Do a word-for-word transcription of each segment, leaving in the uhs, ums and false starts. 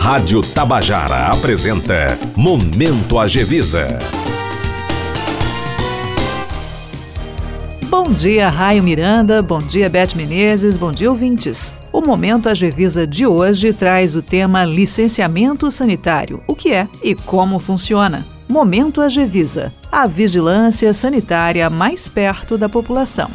Rádio Tabajara apresenta Momento Agevisa. Bom dia, Raio Miranda, bom dia, Beth Menezes, bom dia, ouvintes. O Momento Agevisa de hoje traz o tema licenciamento sanitário, o que é e como funciona. Momento Agevisa, a vigilância sanitária mais perto da população.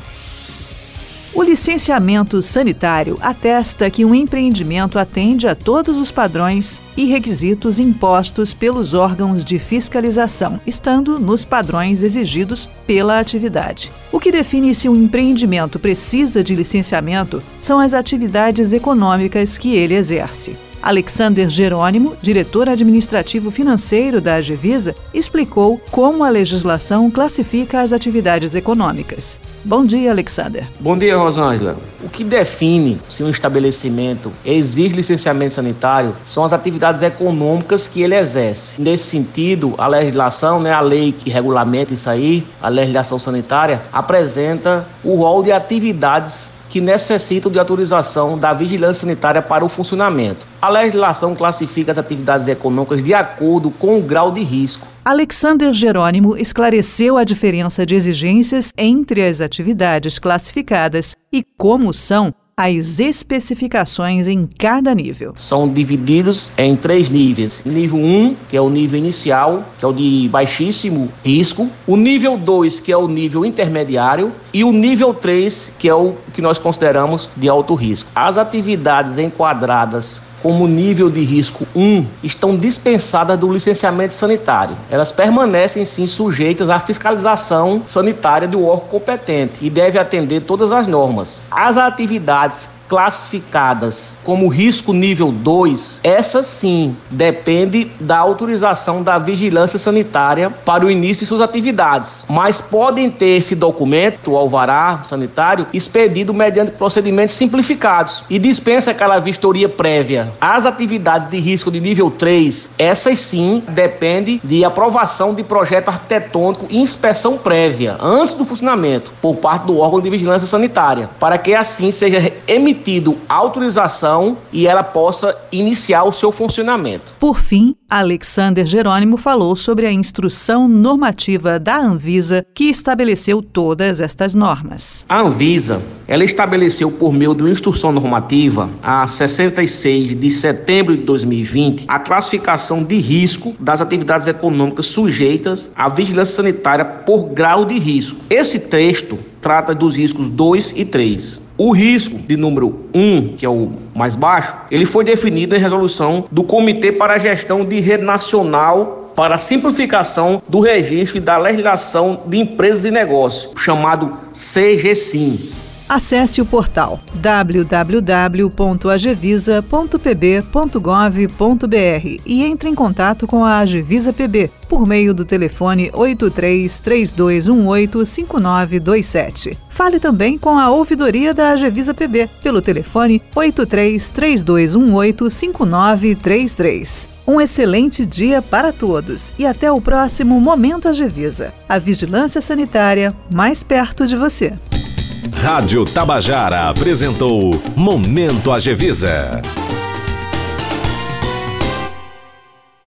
O licenciamento sanitário atesta que um empreendimento atende a todos os padrões e requisitos impostos pelos órgãos de fiscalização, estando nos padrões exigidos pela atividade. O que define se um empreendimento precisa de licenciamento são as atividades econômicas que ele exerce. Alexander Jerônimo, diretor administrativo financeiro da Agevisa, explicou como a legislação classifica as atividades econômicas. Bom dia, Alexander. Bom dia, Rosângela. O que define se um estabelecimento exige licenciamento sanitário são as atividades econômicas que ele exerce. Nesse sentido, a legislação, né, a lei que regulamenta isso aí, a legislação sanitária, apresenta o rol de atividades que necessitam de autorização da vigilância sanitária para o funcionamento. A legislação classifica as atividades econômicas de acordo com o grau de risco. Alexander Jerônimo esclareceu a diferença de exigências entre as atividades classificadas e como são as especificações em cada nível. São divididos em três níveis. Nível um, que é o nível inicial, que é o de baixíssimo risco. O nível dois, que é o nível intermediário. E o nível três, que é o que nós consideramos de alto risco. As atividades enquadradas como nível de risco um, estão dispensadas do licenciamento sanitário. Elas permanecem, sim, sujeitas à fiscalização sanitária do órgão competente e devem atender todas as normas. As atividades classificadas como risco nível dois, essa sim depende da autorização da vigilância sanitária para o início de suas atividades, mas podem ter esse documento, o alvará sanitário, expedido mediante procedimentos simplificados e dispensa aquela vistoria prévia. As atividades de risco de nível três, essas sim dependem de aprovação de projeto arquitetônico e inspeção prévia antes do funcionamento por parte do órgão de vigilância sanitária, para que assim seja emitido tido autorização e ela possa iniciar o seu funcionamento. Por fim, Alexander Jerônimo falou sobre a instrução normativa da Anvisa, que estabeleceu todas estas normas. A Anvisa, ela estabeleceu por meio de uma instrução normativa, a sessenta e seis de setembro de dois mil e vinte, a classificação de risco das atividades econômicas sujeitas à vigilância sanitária por grau de risco. Esse texto trata dos riscos dois e três. O risco de número um, que é o mais baixo, ele foi definido em resolução do Comitê para a Gestão de Rede Nacional para a Simplificação do Registro e da Legislação de Empresas e Negócios, chamado C G S I M. Acesse o portal w w w ponto agevisa ponto p b ponto gov ponto b r e entre em contato com a Agevisa P B por meio do telefone oito três três dois um oito cinco nove dois sete. Fale também com a ouvidoria da Agevisa P B pelo telefone oito três três dois um oito cinco nove três três. Um excelente dia para todos e até o próximo Momento Agevisa, a vigilância sanitária mais perto de você. Rádio Tabajara apresentou Momento Agevisa.